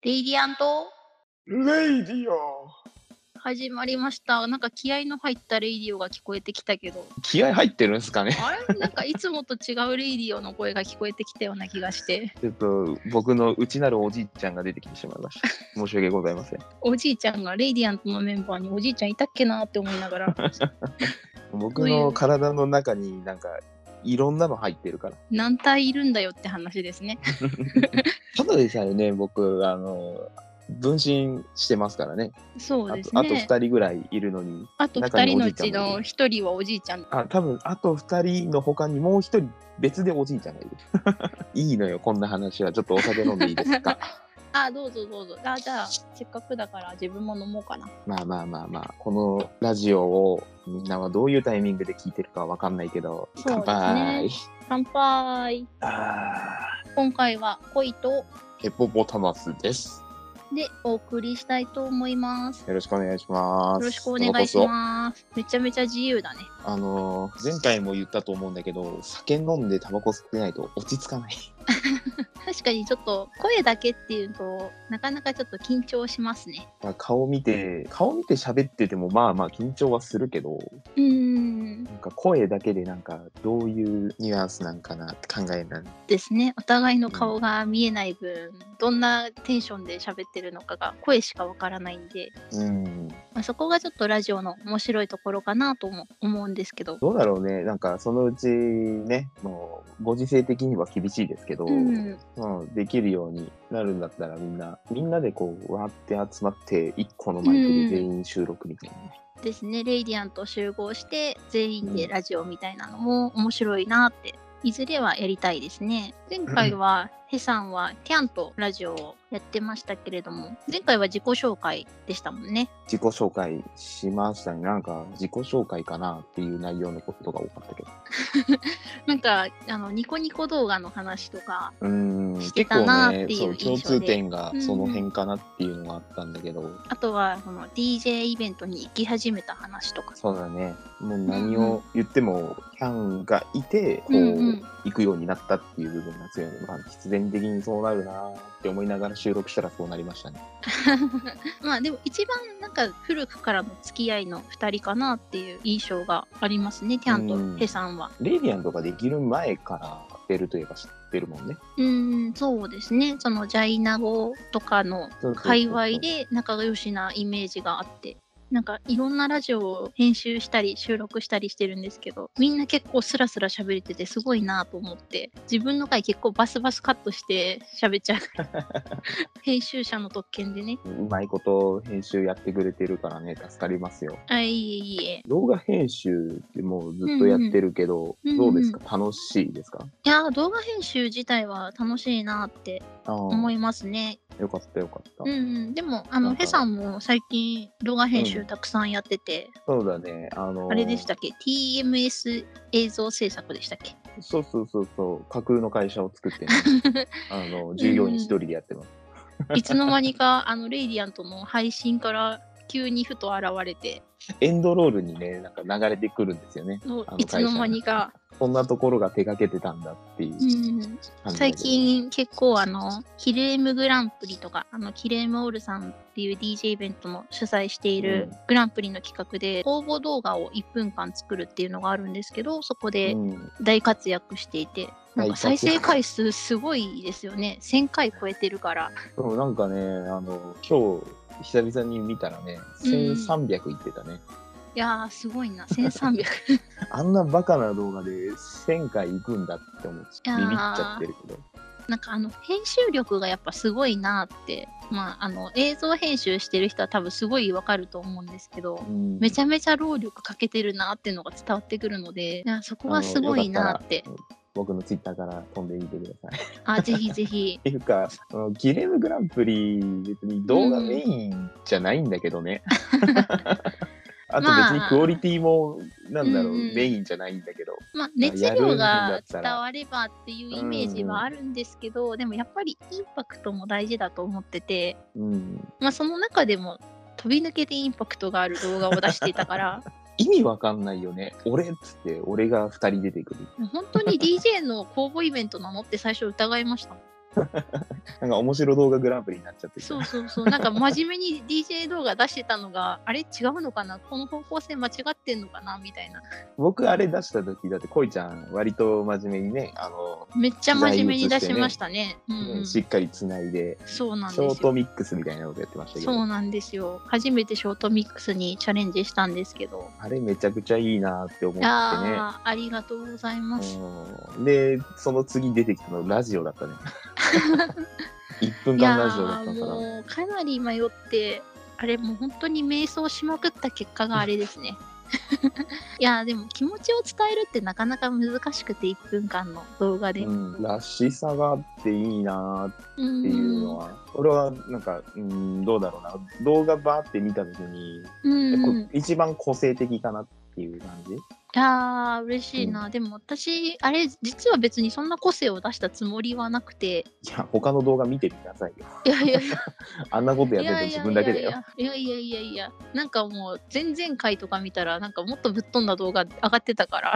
レイディアントレイディオ始まりました。なんか気合の入ったレイディオが聞こえてきたけど、 気合入ってるんですかね。 あれなんかいつもと違うレイディオの声が聞こえてきたような気がして、 ちょっと僕の内なるおじいちゃんが出てきてしまいました。申し訳ございません。 おじいちゃんがレイディアントのメンバーにおじいちゃんいたっけなって思いながら僕の体の中になんかいろんなの入ってるから。 何体いるんだよって話ですね。 ただでさえね、僕分身してますからね。 そうですね。 あと2人ぐらいいるのに。 あと2人のうちの1人はおじいちゃん。 多分あと2人の他にもう1人別でおじいちゃんがいる。いいのよ、こんな話は。ちょっとお酒飲んでいいですか。 どうぞどうぞ。じゃあせっかくだから自分も飲もうかな。 まあこのラジオをみんなはどういうタイミングで聞いてるかわかんないけど、乾杯。 乾杯。今回は恋とヘポポタマスです。 でお送りしたいと思います。 よろしくお願いします。 よろしくお願いします。めちゃめちゃ自由だね。 前回も言ったと思うんだけど、酒飲んでタバコ吸ってないと落ち着かない。 確かにちょっと声だけっていうとなかなかちょっと緊張しますね。 顔見て喋っててもまあ緊張はするけど、なんか声だけでなんかどういうニュアンスなんかなって考えないですね。お互いの顔が見えない分、どんなテンションで喋ってるのかが声しかわからないんで、そこがちょっとラジオの面白いところかなとも思うんですけど。 どうだろうね。なんかそのうちね、もうご時世的には厳しいですけど、できるようになるんだったらみんなでこうわーって集まって1個のマイクで全員収録みたいなね。 ですね。レイディアント集合して全員でラジオみたいなのも面白いなっていずれはやりたいですね。前回はヘさんはキャンとラジオをやってましたけれども、前回は自己紹介でしたもんね。 自己紹介しましたね。なんか自己紹介かなっていう内容のことが多かったけどなんかニコニコ動画の話とかしてたなっていう印象で、 共通点がその辺かなっていうのがあったんだけど、 あとはその DJ イベントに行き始めた話とか。 そうだね。もう何を言ってもキャンがいてこう、行くようになったっていう部分が強いので、必然的にそうなるなって思いながら収録したらそうなりましたね。 でも一番なんか古くからの付き合いの2人かなっていう印象がありますね、キャンとヘさんは。 レイディアントができる前から知ってるといえば知ってるもんね。 そうですね。そのジャイナゴとかの界隈で仲良しなイメージがあって。なんかいろんなラジオを編集したり収録したりしてるんですけど、みんな結構スラスラ喋れててすごいなと思って、自分の回結構バスバスカットして喋っちゃう編集者の特権でね。 うまいこと編集やってくれてるからね、助かりますよ。 いえ。 動画編集ってもうずっとやってるけど、どうですか？楽しいですか？ いや、動画編集自体は楽しいなって思いますね。 よかった。 でもヘさんも最近動画編集たくさんやってて、 そうだね。 あれでしたっけ？ TMS 映像制作でしたっけ？ そう。架空の会社を作ってね、従業員一人でやってます。 いつの間にかレイディアントの配信から急にふと現れて、 エンドロールにね、なんか流れてくるんですよね。 いつの間にか。 そんなところが手掛けてたんだっていう、 最近結構キレームグランプリとかキレームオールさんっていう DJ イベントの主催しているグランプリの企画で応募動画を1分間作るっていうのがあるんですけど、そこで大活躍していて、なんか再生回数すごいですよね。1000回超えてるから。 なんかね、今日久々に見たらね、1300いってたね。 いやーすごいな、1300 あんなバカな動画で1000回行くんだって思ってビビっちゃってるけど、 なんか編集力がやっぱすごいなって、映像編集してる人は多分すごいわかると思うんですけど、めちゃめちゃ労力かけてるなっていうのが伝わってくるので、そこはすごいなって。 僕のツイッターから飛んでみてください。 ぜひぜひ。 っていうかキレームグランプリ別に動画メインじゃないんだけどね。あと別にクオリティもメインじゃないんだけど、 熱量が伝わればっていうイメージはあるんですけど、でもやっぱりインパクトも大事だと思ってて、その中でも飛び抜けてインパクトがある動画を出していたから意味わかんないよね。俺っつって俺が2人出てくる。 本当に DJ の公募イベントなのって最初疑いました。 なんか面白動画グランプリになっちゃってる。 そうそうそう。なんか真面目に DJ 動画出してたのが、あれ違うのかな、この方向性間違ってんのかなみたいな。 僕あれ出した時だってこいちゃん割と真面目にね、 めっちゃ真面目に出しましたね。 しっかりつないで、 そうなんですよ。 ショートミックスみたいなことやってましたけど。 そうなんですよ。初めてショートミックスにチャレンジしたんですけど。 あれめちゃくちゃいいなって思ってね。 ありがとうございます。 で、その次出てきたのラジオだったね。1分間ラジオだったから。 もうかなり迷って、あれもう本当に迷走しまくった結果があれですね。いやでも気持ちを伝えるってなかなか難しくて、1分間の動画で、 らしさがあっていいなっていうのは、俺はなんかどうだろうな、動画バーって見た時に、一番個性的かなっていう感じ。 嬉しいな。でも私あれ実は別にそんな個性を出したつもりはなくて。 いや他の動画見てみなさいよ。 いやいやいやあんなことやってると自分だけだよ。 いやなんかもう前々回とか見たらなんかもっとぶっ飛んだ動画上がってたから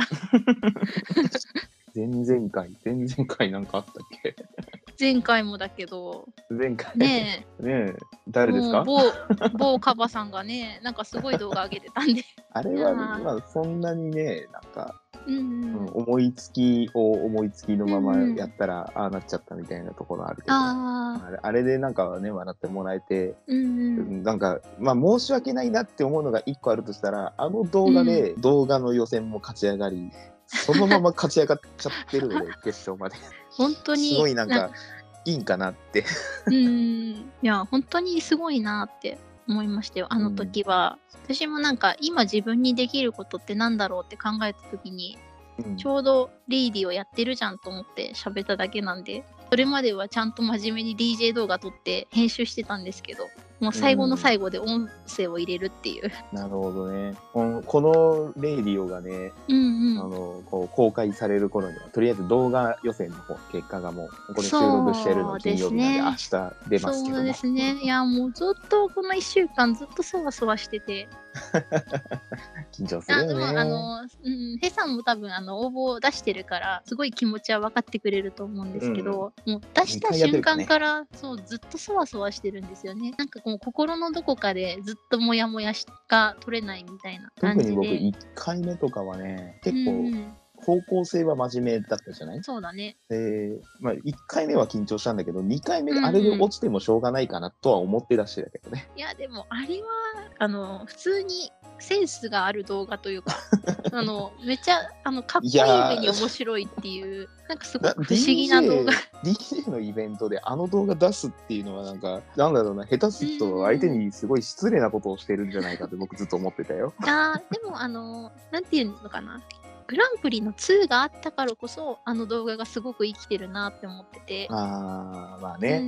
前々回なんかあったっけ。 前回もだけど前回ねえ誰ですか。 某カバさんがね、なんかすごい動画上げてたんであれはまあそんなにね、なんか思いつきのままやったらああなっちゃったみたいなところあるけど、あれでなんかね笑ってもらえて、なんかまあ申し訳ないなって思うのが1個あるとしたら、あの動画で動画の予選も勝ち上がり、そのまま勝ち上がっちゃってるので決勝まで本当にすごいなんかいいんかなっていや本当にすごいなって思いましたよ、あの時は。私もなんか今自分にできることってなんだろうって考えた時に、ちょうどレイディをやってるじゃんと思って喋っただけなんで、それまではちゃんと真面目に DJ 動画撮って編集してたんですけど、もう最後の最後で音声を入れるっていう。 なるほどね。このレイディオがね、こう公開される頃にはとりあえず動画予選の方結果がもうこれ収録してるの金曜日なんで明日出ますけども。 そうですね。いやもうずっとこの1週間ずっとそわそわしてて緊張するよね。 でもヘさんも多分応募を出してるからすごい気持ちは分かってくれると思うんですけど、もう出した瞬間から、そうずっとそわそわしてるんですよね。なんかこう心のどこかでずっとモヤモヤが取れないみたいな感じで。 特に僕1回目とかはね結構、方向性は真面目だったじゃない。 そうだね。 まあ、1回目は緊張したんだけど2回目あれで落ちてもしょうがないかなとは思って出してたけどね。 いやでもあれは普通にセンスがある動画というかめっちゃかっこいい上に面白いっていうなんかすごく不思議な動画 DJ のイベントであの動画出すっていうのはなんだろうな、下手すると相手にすごい失礼なことをしてるんじゃないかって僕ずっと思ってたよ。 でもなんていうのかな、グランプリの2があったからこそあの動画がすごく生きてるなって思ってて。 まあね。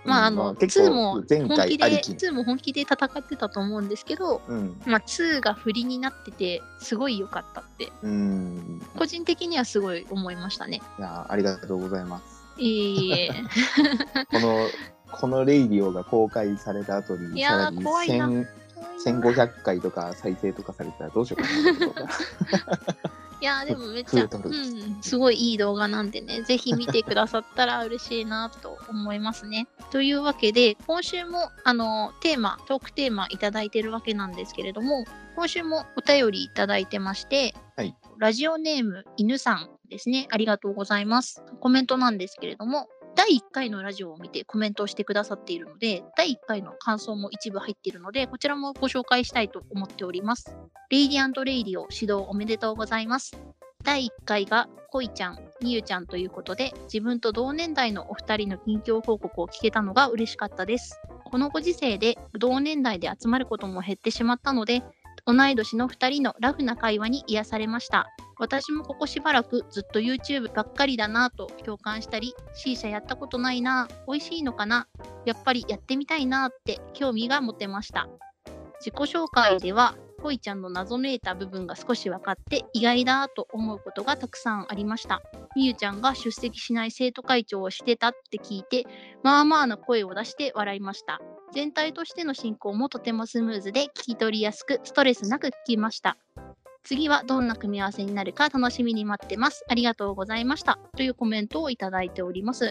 2も本気で戦ってたと思うんですけど、2が振りになっててすごい良かったって個人的にはすごい思いましたね。 いやありがとうございます。このレイディオが公開された後にさらに1500回とか再生とかされたらどうしようかな。 いやでもめっちゃ、すごいいい動画なんでね、ぜひ見てくださったら嬉しいなと思いますね。というわけで今週もトークテーマいただいてるわけなんですけれども、今週もお便りいただいてまして、ラジオネーム犬さんですね、ありがとうございます。コメントなんですけれども、第1回のラジオを見てコメントをしてくださっているので、第1回の感想も一部入っているので、こちらもご紹介したいと思っております。レイディ&レイディオ指導おめでとうございます。第1回がこいちゃん、みゆちゃんということで、自分と同年代のお二人の近況報告を聞けたのが嬉しかったです。このご時世で同年代で集まることも減ってしまったので、同い年の2人のラフな会話に癒されました。私もここしばらくずっと YouTube ばっかりだなぁと共感したり、C 社やったことないなぁ、美味しいのかな、やっぱりやってみたいなぁって興味が持てました。自己紹介ではこいちゃんの謎めいた部分が少し分かって意外だと思うことがたくさんありました。みゆちゃんが出席しない生徒会長をしてたって聞いて、まあまあな声を出して笑いました。全体としての進行もとてもスムーズで聞き取りやすくストレスなく聞きました。次はどんな組み合わせになるか楽しみに待ってます。ありがとうございました。というコメントをいただいております。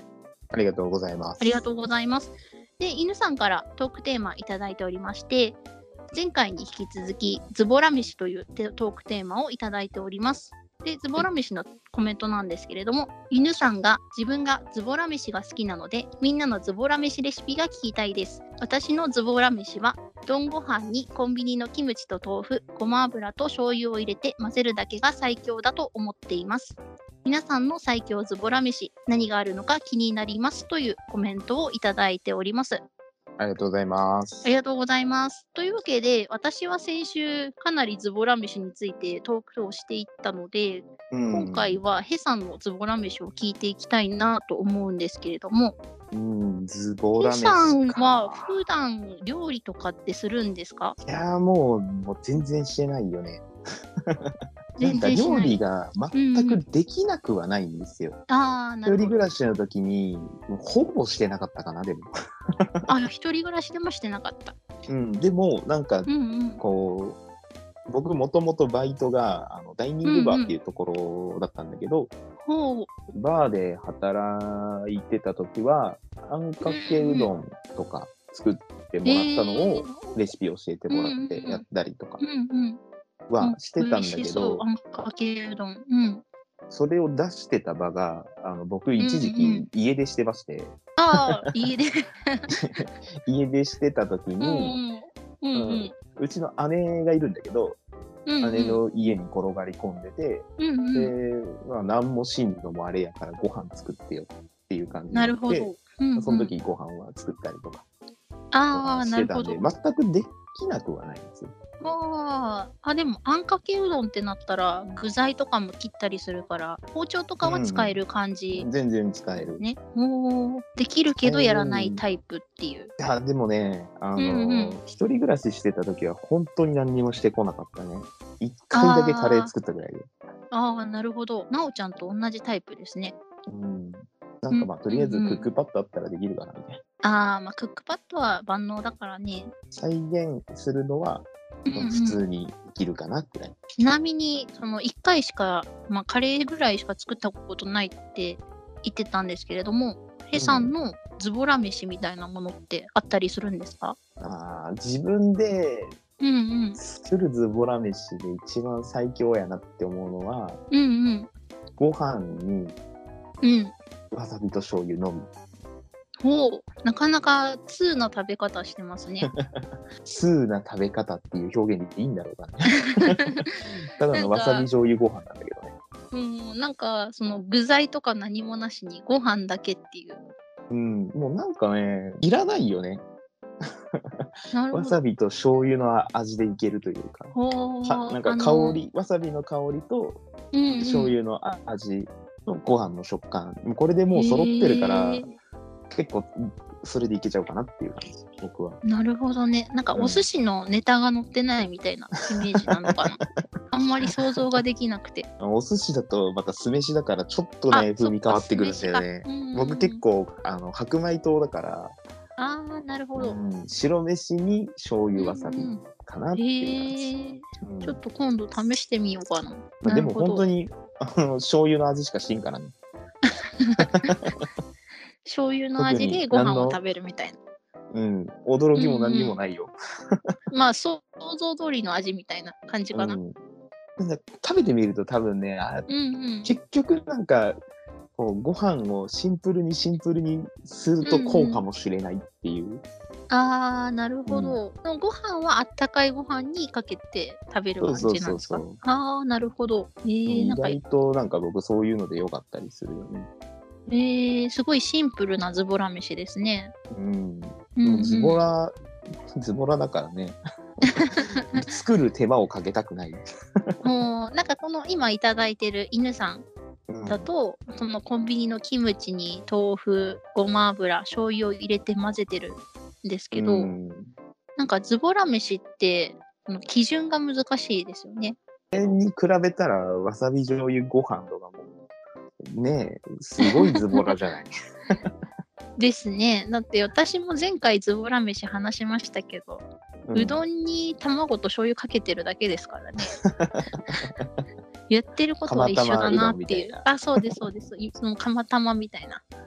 ありがとうございます。 ありがとうございます。で、犬さんからトークテーマいただいておりまして、前回に引き続きズボラ飯というトークテーマをいただいております。で、ズボラ飯のコメントなんですけれども、犬さんが自分がズボラ飯が好きなので、みんなのズボラ飯レシピが聞きたいです。私のズボラ飯は、丼ご飯にコンビニのキムチと豆腐、ごま油と醤油を入れて混ぜるだけが最強だと思っています。皆さんの最強ズボラ飯、何があるのか気になりますというコメントをいただいております。 ありがとうございます。 ありがとうございます。というわけで、私は先週かなりズボラ飯についてトークをしていったので、今回はヘさんのズボラ飯を聞いていきたいなと思うんですけれども、 ズボラ飯ヘさんは普段料理とかってするんですか？ いやーもう全然してないよね。なんか料理が全くできなくはないんですよ。一人暮らしの時にもうほぼしてなかったかな、でも。 一人暮らしでもしてなかった。 でもなんかこう、僕もともとバイトがダイニングバーっていうところだったんだけど、バーで働いてた時はあんかけうどんとか作ってもらったのをレシピ教えてもらってやったりとかはしてたんだけど、 あんかけうどん。 それを出してた場が僕一時期家出してまして、 家出家出してた時に、うちの姉がいるんだけど、姉の家に転がり込んでて、で、何もしんのもあれやからご飯作ってよっていう感じで、その時ご飯は作ったりとかしてたんで、全くできなくはないんですよ。 でもあんかけうどんってなったら具材とかも切ったりするから包丁とかは使える感じ、 全然使えるね。 できるけどやらないタイプっていう。 いやでもね、一人暮らししてた時は本当に何にもしてこなかったね。一回だけカレー作ったぐらいで。 なるほど。なおちゃんと同じタイプですね。 なんかとりあえずクックパッドあったらできるかなみたいな。クックパッドは万能だからね。 再現するのは普通にできるかなくらい。 ちなみにその1回しか、カレーぐらいしか作ったことないって言ってたんですけれども、ヘさんのズボラ飯みたいなものってあったりするんですか？ 自分で作るズボラ飯で一番最強やなって思うのは、ご飯にわさびと醤油のみ。 なかなか通な食べ方してますね。 通な食べ方っていう表現でいいんだろうかね。ただのわさび醤油ご飯なんだけどね。 なんかその具材とか何もなしにご飯だけっていう。 もうなんかね、いらないよね。わさびと醤油の味でいけるというか、なんか香り、わさびの香りと醤油の味のご飯の食感、これでもう揃ってるから、結構それでいけちゃうかなっていう感じ、僕は。 なるほどね。なんかお寿司のネタが乗ってないみたいなイメージなのかな。あんまり想像ができなくて。 お寿司だとまた酢飯だからちょっとね風味変わってくるんだよね。僕結構白米糖だから。 なるほど。 白飯に醤油わさびかなっていう感じ。 ちょっと今度試してみようかな。 でも本当に醤油の味しかしんからね。 醤油の味でご飯を食べるみたいな。 驚きも何にもないよ。 想像通りの味みたいな感じかな。 食べてみると多分ね、結局なんかご飯をシンプルにするとこうかもしれないっていう。 なるほど。ご飯はあったかいご飯にかけて食べる感じなんですか？なるほど。 意外となんか僕そういうのでよかったりするよね。 すごいシンプルなズボラ飯ですね。 ズボラだからね。作る手間をかけたくない。 なんかこの今いただいてる犬さんだと、そのコンビニのキムチに豆腐、ごま油、醤油を入れて混ぜてるんですけど、なんかズボラ飯って基準が難しいですよね。 に比べたらわさび醤油ご飯とかもねえ、すごいズボラじゃない。 ですね。だって私も前回ズボラ飯話しましたけど、うどんに卵と醤油かけてるだけですからね。やってることは一緒だなっていう。そうです。その釜玉みたいな。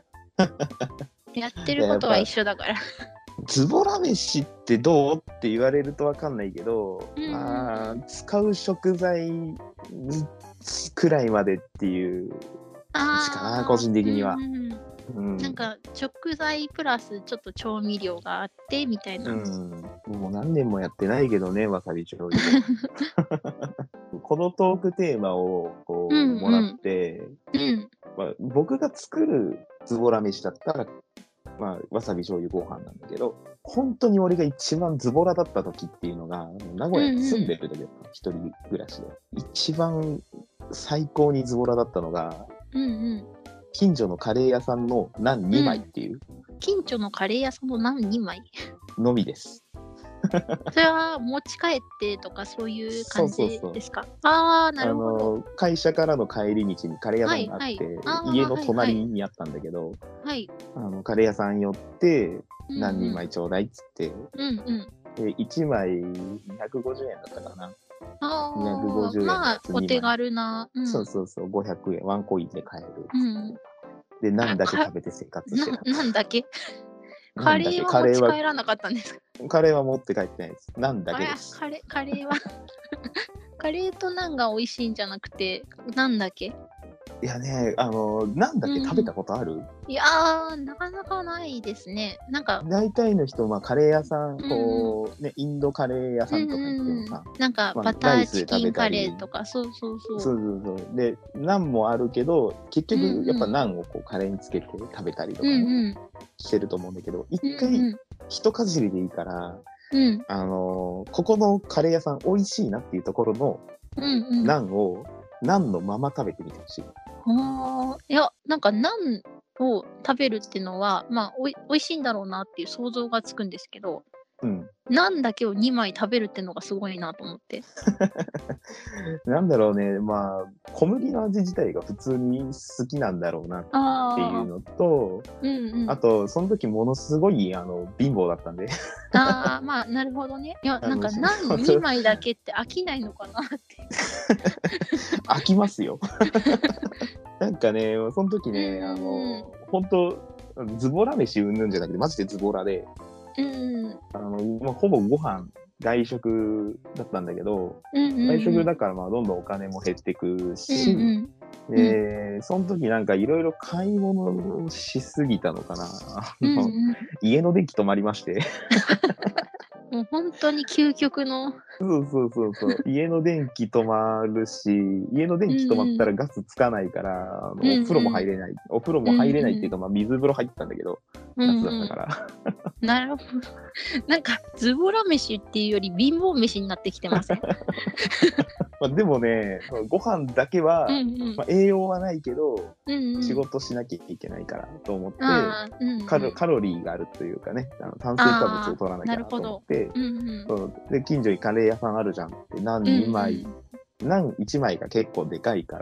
やってることは一緒だから。 ズボラ飯ってどうって言われると分かんないけど、 うん、 まあ使う食材くらいまでっていう感じかな、個人的には。 なんか食材プラスちょっと調味料があってみたいな。 もう何年もやってないけどね、わさび醤油。このトークテーマをこうもらって、まあ、僕が作るズボラ飯だったら、まあ、わさび醤油ご飯なんだけど、本当に俺が一番ズボラだった時っていうのが、名古屋に住んでる時だった、一人暮らしで。一番最高にズボラだったのが、近所のカレー屋さんのナン2枚っていう、 近所のカレー屋さんのナン2枚のみです。 それは持ち帰ってとかそういう感じですか？ああ、なるほど。 会社からの帰り道にカレー屋さんがあって、家の隣にあったんだけど、カレー屋さん寄って何人枚ちょうだいっつって、で1枚250円だったかな。250円。 まあお手軽な、 そう500円ワンコインで買える。で何だけ食べて生活してた。 なんだけカレーは持ち帰らなかったんですか？ カレーは持って帰ってないです。なんだけです。 カレーはカレーとナンが美味しいんじゃなくて、なんだけ？ いやね、なんだけ食べたことある？ いやー、なかなかないですね。なんか大体の人、まあ、カレー屋さん、こうね、インドカレー屋さんとか行ってもさ、 なんかバターチキンカレーとか、そう。 で、ナンもあるけど、結局やっぱナンをこうカレーにつけて食べたりとかね、してると思うんだけど、一回一かじりでいいから、ここのカレー屋さん美味しいなっていうところのナンをナンのまま食べてみてほしい。 いや、なんかナンを食べるっていうのは、まあおいしいんだろうなっていう想像がつくんですけど、ナンだけを2枚食べるっていうのがすごいなと思って。 なんだろうね、まあ小麦の味自体が普通に好きなんだろうなっていうのと、あとその時ものすごい貧乏だったんで。 まあなるほどね。いや、なんかナン2枚だけって飽きないのかなって。 飽きますよ。なんかね、その時ね、本当ズボラ飯うんぬんじゃなくてマジでズボラで、ほぼご飯外食だったんだけど、外食だからまあどんどんお金も減ってくし、その時なんかいろいろ買い物をしすぎたのかな。家の電気止まりまして。 もう本当に究極の。 そう家の電気止まるし、家の電気止まったらガスつかないから、お風呂も入れない。お風呂も入れないっていうか、まあ水風呂入ったんだけど、夏だったから。 なるほど。なんかズボラ飯っていうより貧乏飯になってきてません？ まあでもね、ご飯だけは、まあ、栄養はないけど、仕事しなきゃいけないからと思って、カロリーがあるというかね、炭水化物を取らなきゃなと思って、で近所にカレー屋さんあるじゃんって、ナン2枚、ナン1枚が結構でかいから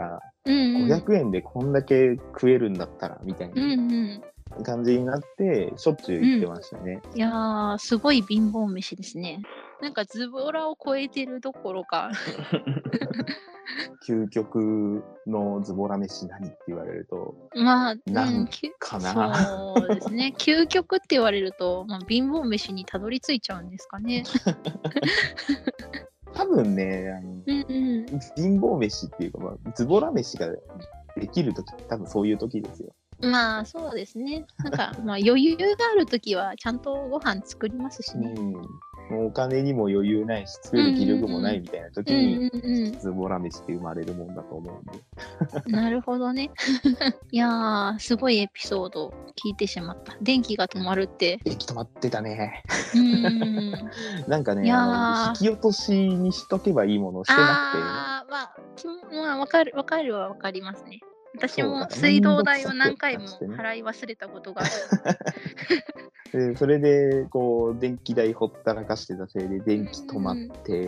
、500円でこんだけ食えるんだったらみたいな感じになって、しょっちゅう行ってましたね。 いやー、すごい貧乏飯ですね。なんかズボラを超えてるどころか。 究極のズボラ飯何って言われると、 まあ、 なんかな。 そうですね。究極って言われると、まあ、貧乏飯にたどり着いちゃうんですかね。 多分ね、貧乏飯っていうか、まあ、ズボラ飯ができるとき、多分そういう時ですよ。 まあそうですね。なんかまあ余裕があるときはちゃんとご飯作りますしね。 もうお金にも余裕ないし作る気力もないみたいな時にズボラ飯って生まれるもんだと思うんで。 なるほどね。いやー、すごいエピソード聞いてしまった。電気が止まるって。 電気止まってたね。なんかね、引き落としにしとけばいいものをしてなくて。まあわかるはわかりますね。私も水道代を何回も払い忘れたことがある。でそれでこう電気代ほったらかしてたせいで電気止まって、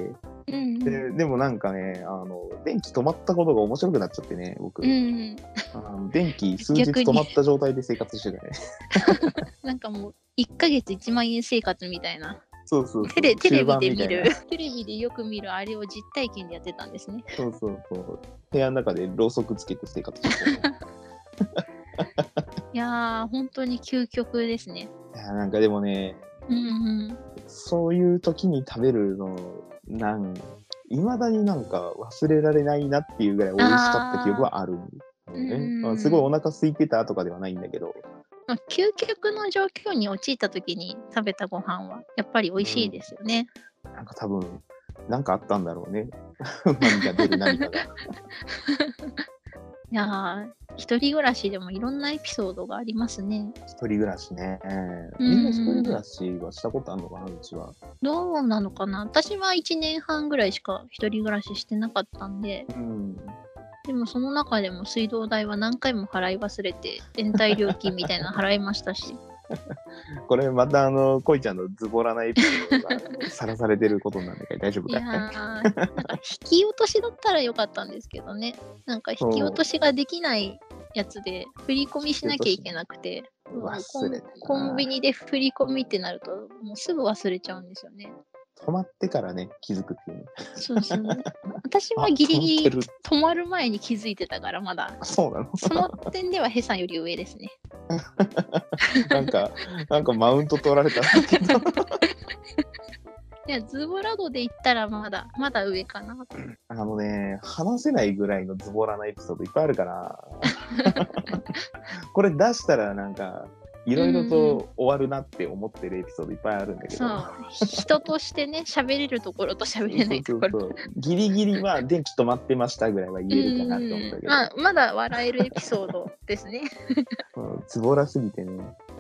でもなんかね電気止まったことが面白くなっちゃってね僕、電気数日止まった状態で生活してたね。 なんかもう1ヶ月1万円生活みたいな。 そうテレビで見るテレビでよく見るあれを実体験でやってたんですね。 そう部屋の中でろうそくつけて生活してた。 いやー、本当に究極ですね。 いやなんかでもね、そういう時に食べるのいまだになんか忘れられないなっていうぐらい美味しかった記憶はあるんだよね。すごいお腹空いてたとかではないんだけど。 究極の状況に陥った時に食べたご飯はやっぱり美味しいですよね。 なんか多分なんかあったんだろうね。何か出る何かが。いやー、一人暮らしでもいろんなエピソードがありますね。 一人暮らしね。みんな一人暮らしはしたことあるのかな、うちは。 どうなのかな。私は1年半ぐらいしか一人暮らししてなかったんで、でもその中でも水道代は何回も払い忘れて、全体料金みたいなの払いましたし。 これまた恋ちゃんのズボラなエピソードがさらされてることなんだけど大丈夫かい？ いやー、なんか引き落としだったらよかったんですけどね。なんか引き落としができないやつで振り込みしなきゃいけなくて、コンビニで振り込みってなるともうすぐ忘れちゃうんですよね。 止まってからね気づくっていうね。 そうそう。私はギリギリ止まる前に気づいてたからまだ。 そうなの？ その点ではヘさんより上ですね。 なんかマウント取られたんだけど。 いや、ズボラ度で言ったらまだ上かな。 話せないぐらいのズボラなエピソードいっぱいあるから。これ出したらなんかいろいろと終わるなって思ってるエピソードいっぱいあるんだけど。 そう人としてね、喋れるところと喋れないところ。 そうギリギリは電気止まってましたぐらいは言えるかなと思ったけど。 まだ笑えるエピソードですね。 ズボラすぎてね。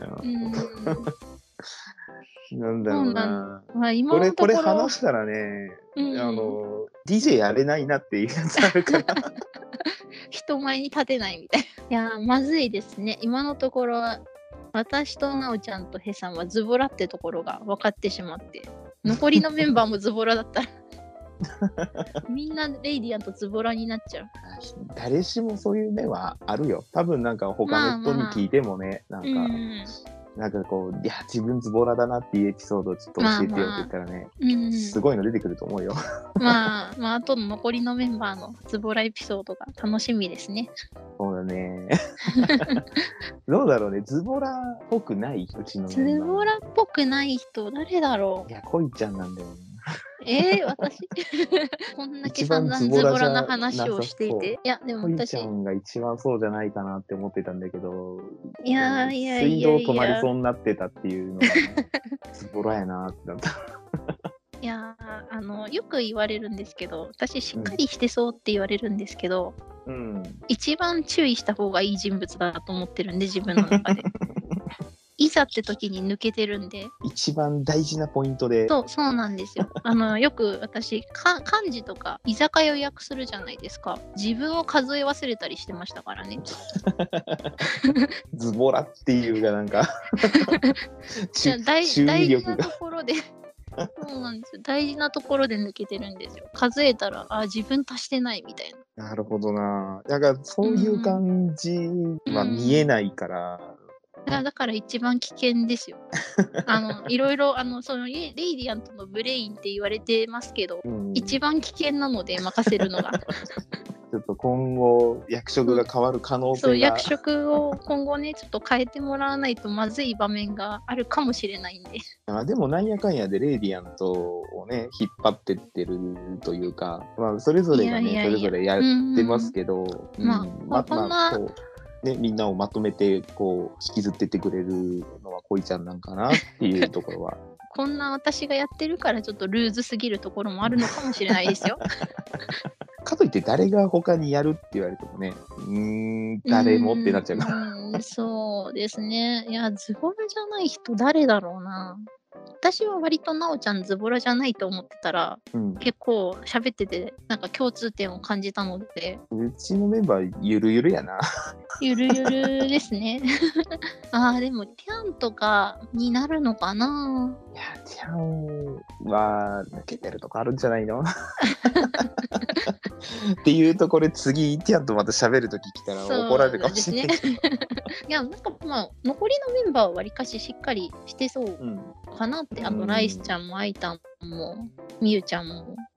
なんだろうな。これ話したらね、DJ やれないなっていうやつあるから。 人前に立てないみたいな。いやまずいですね。今のところは私となおちゃんとヘさんはズボラってところが分かってしまって、残りのメンバーもズボラだったらみんなレイディアントズボラになっちゃう。 誰しもそういう面はあるよ。多分なんか他の人に聞いてもね、なんかこう、いや、自分ズボラだなっていうエピソードをちょっと教えてよって言ったらね、すごいの出てくると思うよ。 あとの残りのメンバーのズボラエピソードが楽しみですね。 そうだね。どうだろうね、ズボラっぽくないうちのメンバー。 ズボラっぽくない人、誰だろう。 いや、恋ちゃんなんだよね。 私こんだけ散々ズボラな話をしていて。いや、でも恋ちゃんが一番そうじゃないかなって思ってたんだけど、 いや水道止まりそうになってたっていうのが、ズボラやなってなった。 いやよく言われるんですけど、私しっかりしてそうって言われるんですけど、一番注意した方がいい人物だと思ってるんで、自分の中で。いざって時に抜けてるんで。 一番大事なポイントで。 そうなんですよ。よく私漢字とか居酒屋予約するじゃないですか。自分を数え忘れたりしてましたからね。 ズボラっていうかなんか大事なところでそうなんですよ。大事なところで抜けてるんですよ。数えたら自分足してないみたいな。なるほどな。だからそういう感じは見えないから。 だから一番危険ですよ。いろいろそのレイディアントのブレインって言われてますけど、一番危険なので任せるのが。 ちょっと今後役職が変わる可能性が、 役職を今後ねちょっと変えてもらわないとまずい場面があるかもしれないんで。 でもなんやかんやでレイディアントをね引っ張ってってるというか、それぞれがねそれぞれやってますけど、みんなをまとめてこう引きずってってくれるのは恋ちゃんなんかなっていうところは。 こんな私がやってるからちょっとルーズすぎるところもあるのかもしれないですよ。 かといって誰が他にやるって言われてもね、誰もってなっちゃうから。 そうですね。いや、ズボラじゃない人誰だろうな。私は割となおちゃんズボラじゃないと思ってたら、結構喋っててなんか共通点を感じたので。 うちのメンバーゆるゆるやな。 ゆるゆるですね。でもティアンとかになるのかな。 いや、ティアンは抜けてるとこあるんじゃないのっていうところで次ティアンとまた喋るとき来たら怒られるかもしれない。 いやなんか残りのメンバーはわりかししっかりしてそうかなって、ライスちゃんもアイタンもみゆちゃんも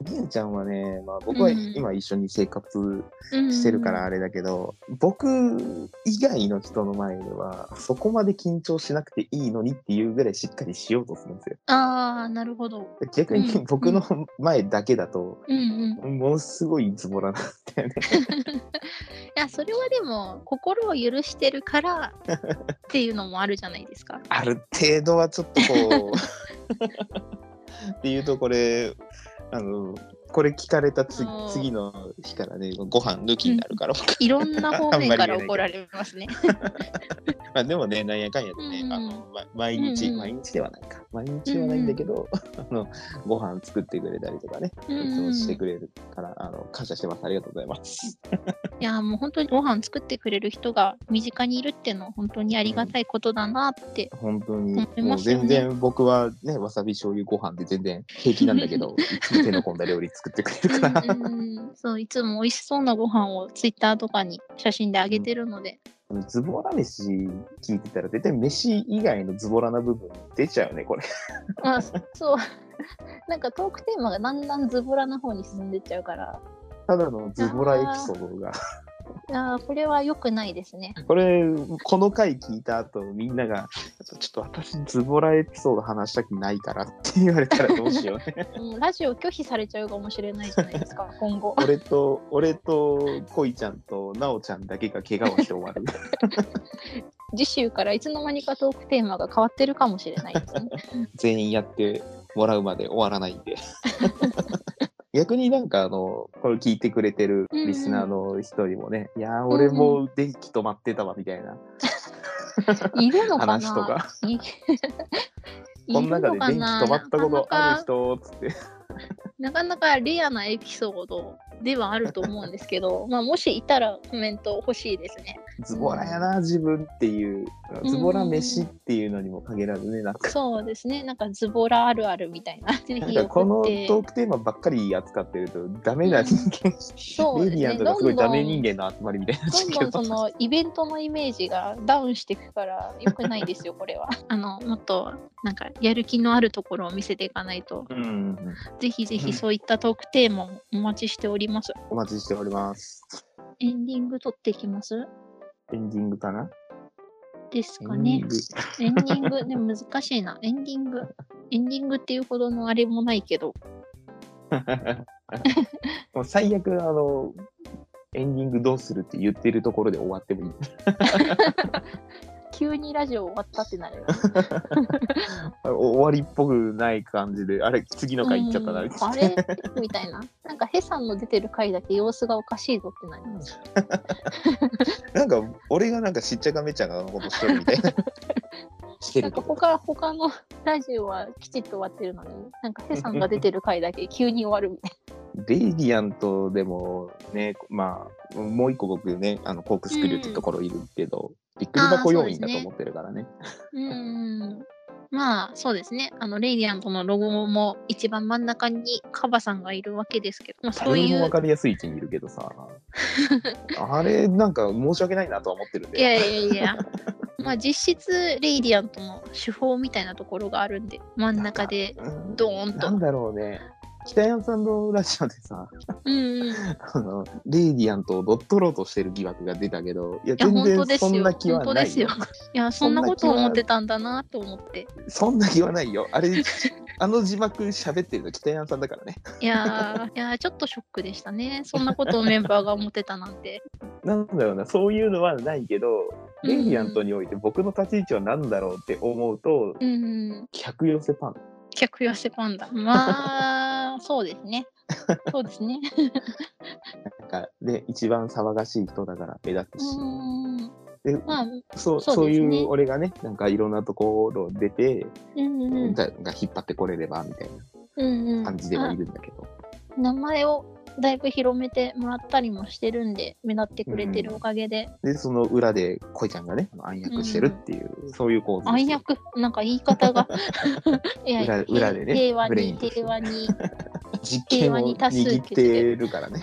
みゆちゃんはね、まあ、僕は今一緒に生活してるからあれだけど、僕以外の人の前ではそこまで緊張しなくていいのにっていうぐらいしっかりしようとするんですよ。 ああ、なるほど。 逆に僕の前だけだと、ものすごいズボラなんだよね。 いや、それはでも心を許してるからっていうのもあるじゃないですか。 ある程度はちょっとこうっていうとこれこれ聞かれた次の日からね、ご飯抜きになるから、 いろんな方面から怒られますね。 まあでもね、なんやかんやでね、毎日ではないか。毎日はないんだけど、ご飯作ってくれたりとかね、いつもしてくれるから、感謝してます。ありがとうございます。 いや、もう本当にご飯作ってくれる人が身近にいるっていうのは本当にありがたいことだなって本当に、もう全然僕はね、わさび醤油ご飯で全然平気なんだけど、いつも手の込んだ料理作ってくれるから。 そう、いつも美味しそうなご飯をツイッターとかに写真であげてるので。 ズボラ飯聞いてたら絶対飯以外のズボラな部分出ちゃうね、これ。 まあ、そう。なんかトークテーマがだんだんズボラな方に進んでっちゃうから。 ただのズボラエピソードが。 これは良くないですね。 この回聞いた後みんながちょっと私ズボラエピソード話したくないからって言われたらどうしようね。 ラジオ拒否されちゃうかもしれないじゃないですか今後。 俺と恋ちゃんとなおちゃんだけが怪我をして終わる。 次週からいつの間にかトークテーマが変わってるかもしれないですね。 全員やってもらうまで終わらないんで。逆になんかこれ聞いてくれてるリスナーの人にもね、いや俺も電気止まってたわみたいな、 いるのかな話とかこの中で電気止まったことある人つってなかなかレアなエピソードではあると思うんですけど、まあもしいたらコメント欲しいですね。 ズボラやな、自分っていうズボラ飯っていうのにも限らずね、なんかそうですね、なんかズボラあるあるみたいな。 なんかこのトークテーマばっかり扱ってるとダメな人間、レディアンとかすごいダメ人間の集まりみたいな。 どんどんそのイベントのイメージがダウンしていくから良くないですよこれは。もっとなんかやる気のあるところを見せていかないと。ぜひぜひそういったトークテーマもお待ちしております。 お待ちしております。 エンディング撮っていきます？ エンディングかなですかね。エンディングでも難しいな。エンディングっていうほどのあれもないけど。 もう最悪エンディングどうするって言ってるところで終わってもいい。 急にラジオ終わったってなるよ。 終わりっぽくない感じで、あれ次の回行っちゃったなみたいな。 あれみたいな。なんかヘさんの出てる回だけ様子がおかしいぞってなります。 なんか俺がなんかしっちゃかめっちゃかのことしてるみたいな。してるなんか他のラジオはきちっと終わってるのに、なんかヘさんが出てる回だけ急に終わるみたいな。 レイディアントでもね、まあもう一個僕ねコークスクリューってところいるけど、びっくり箱要員だと思ってるからね。 まあそうですね。レイディアントのロゴも一番真ん中にカバさんがいるわけですけど、まあ、そういう。 誰も分かりやすい位置にいるけどさ、あれなんか申し訳ないなとは思ってるんで。 いや。まあ実質レイディアントの手法みたいなところがあるんで、真ん中でドーンと。 なんだろうね。北山さんのラジオでさ、レイディアントを乗っ取ろうとしてる疑惑が出たけど、いや全然そんな気はない。 本当ですよ。いやそんなことを思ってたんだなと思って。 そんな気はないよ。あれ字幕喋ってるの北山さんだからね。 いやちょっとショックでしたね。そんなことをメンバーが思ってたなんて。 なんだろうな、そういうのはないけど、レイディアントにおいて僕の立ち位置は何だろうって思うと、客寄せパンダ。 客寄せパンダ。まあそうですね。そうですね。 なんかで一番騒がしい人だから目立つし。で、まあ、そういう俺がね、なんかいろんなところ出て、が引っ張ってこれればみたいな感じではいるんだけど。 名前をだいぶ広めてもらったりもしてるんで、目立ってくれてるおかげで。 で、その裏で恋ちゃんがね、暗躍してるっていう、そういう構図です。 暗躍なんか言い方が裏でね、 平和に実験を握ってるからね。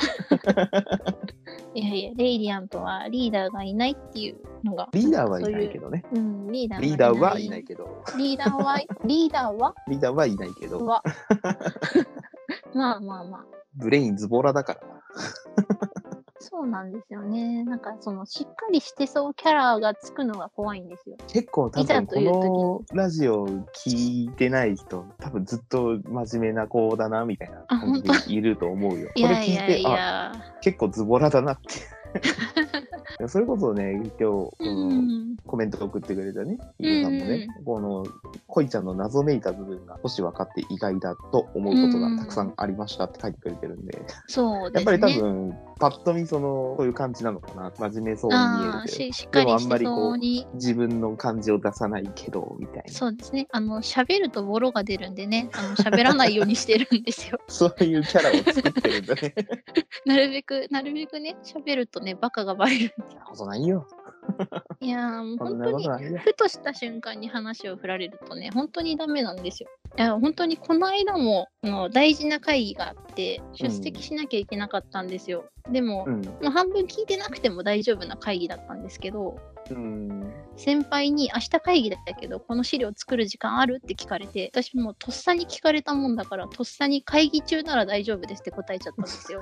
いやレイディアントはリーダーがいないっていうのが。 リーダーはいないけどね。 リーダーはいないけど。 リーダーはいないけど。 まあまあまあ。 ブレインズボラだからな。 そうなんですよね。なんかそのしっかりしてそうキャラがつくのが怖いんですよ。 結構多いざ分という時にこのラジオ聞いてない人、多分ずっと真面目な子だなみたいな感じでいると思うよ。 いこれやいやい聞いて、あ、 や。 結構ズボラだなって。それこそね、今日、こうのんコメントを送ってくれたね、 うん飯野さんもね、この恋ちゃんの謎めいた部分が少し分かって意外だと思うことがたくさんありましたって書いてくれてるんで、 そうですね。 やっぱり多分、パッと見そういう感じなのかな。真面目そうに見えるけど。 しっかりしてそうに。 自分の感じを出さないけど、みたいな。 そうですね。喋るとボロが出るんでね、喋らないようにしてるんですよ。 そういうキャラを作ってるんだね。 なるべくね、喋るとね、バカがバレる。 そんなことないよ。 いやー、もう本当に、ふとした瞬間に話を振られるとね、本当にダメなんですよ。いや、本当にこの間も大事な会議があって、出席しなきゃいけなかったんですよ。でも、半分聞いてなくても大丈夫な会議だったんですけど、先輩に明日会議だったけどこの資料作る時間あるって聞かれて、私もとっさに聞かれたもんだからとっさに会議中なら大丈夫ですって答えちゃったんですよ。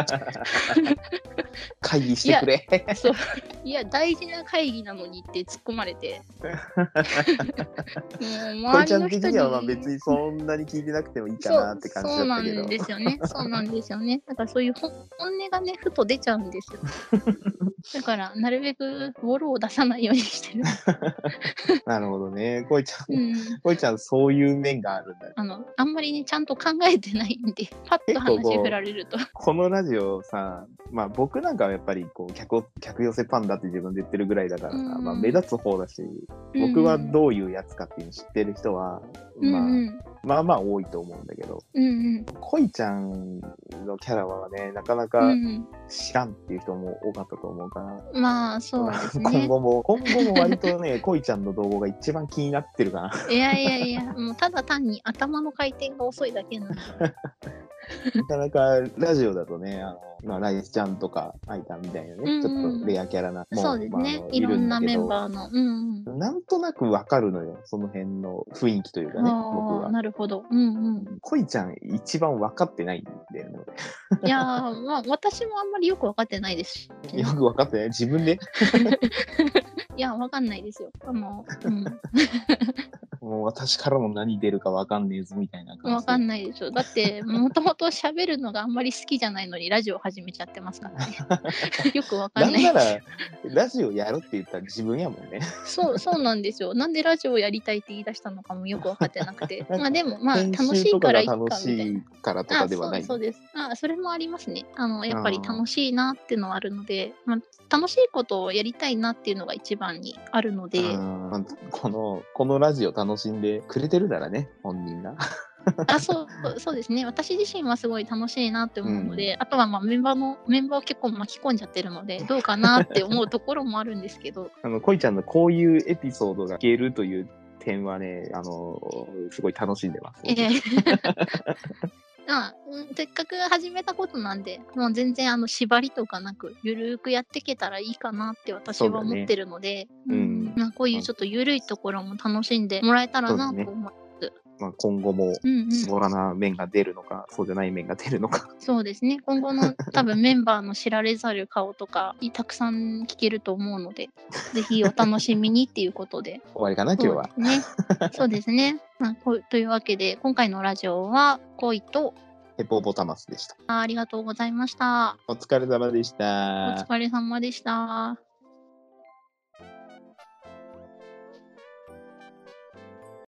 会議してくれ。 いや大事な会議なのにって突っ込まれてもう周りの人には別にそんなに聞いてなくてもいいかなって感じだったけど。 そうなんですよね。そうなんですよね。だからそういう本音がねふと出ちゃうんですよ。だからなるべくボロを出さないようにしてる。 なるほどね。こいちゃんそういう面があるんだ、ね。 あんまりねちゃんと考えてないんで、パッと話振られると。 このラジオさ、まあ僕なんかはやっぱりこう客寄せパンダって自分で言ってるぐらいだからさ、まあ目立つ方だし、僕はどういうやつかっていうの知ってる人は、まあまあ多いと思うんだけど、恋ちゃんのキャラはね、なかなか知らんっていう人も多かったと思うから、 まあそうですね。 今後も割とね、恋ちゃんの動画が一番気になってるかな。 いや、もうただ単に頭の回転が遅いだけなんで。 なかなかラジオだとね、ライスちゃんとかアイタンみたいなね、ちょっとレアキャラなそうですね、いろんなメンバーの。 なんとなくわかるのよ、その辺の雰囲気というかね、僕は。 なるほど。 恋ちゃん一番分かってないんだよね。 いやまあ私もあんまりよく分かってないですし。 よく分かってない自分でいや、分かんないですよ。 もう私からも何出るか分かんねえぞみたいな感じ。 分かんないでしょ。だってもともと喋るのがあんまり好きじゃないのにラジオ始めちゃってますからね。よく分かんない。 なんならラジオやるって言ったら自分やもんね。 そうなんですよ。なんでラジオやりたいって言い出したのかもよく分かってなくて。まあでもまあ楽しいからいいかみたいな。楽しいからとかではない。 そうです。それもありますね。やっぱり楽しいなっていうのはあるので、楽しいことをやりたいなっていうのが一番にあるので。 このラジオ楽しんでくれてるならね、本人が。 そうですね。私自身はすごい楽しいなって思うので、あとはメンバーを結構巻き込んじゃってるので、どうかなって思うところもあるんですけど。 恋ちゃんのこういうエピソードが聞けるという点はね、すごい楽しんでます。 せっかく始めたことなんで、もう全然縛りとかなくゆるくやっていけたらいいかなって私は思ってるので、こういうちょっとゆるいところも楽しんでもらえたらなと思います。 今後もズボラな面が出るのか、そうじゃない面が出るのか。 そうですね。今後の多分メンバーの知られざる顔とかたくさん聞けると思うので、ぜひお楽しみにっていうことで。 終わりかな、今日は。 そうですね。というわけで、今回のラジオは恋とヘポポタマスでした。 ありがとうございました。 お疲れ様でした。 お疲れ様でした。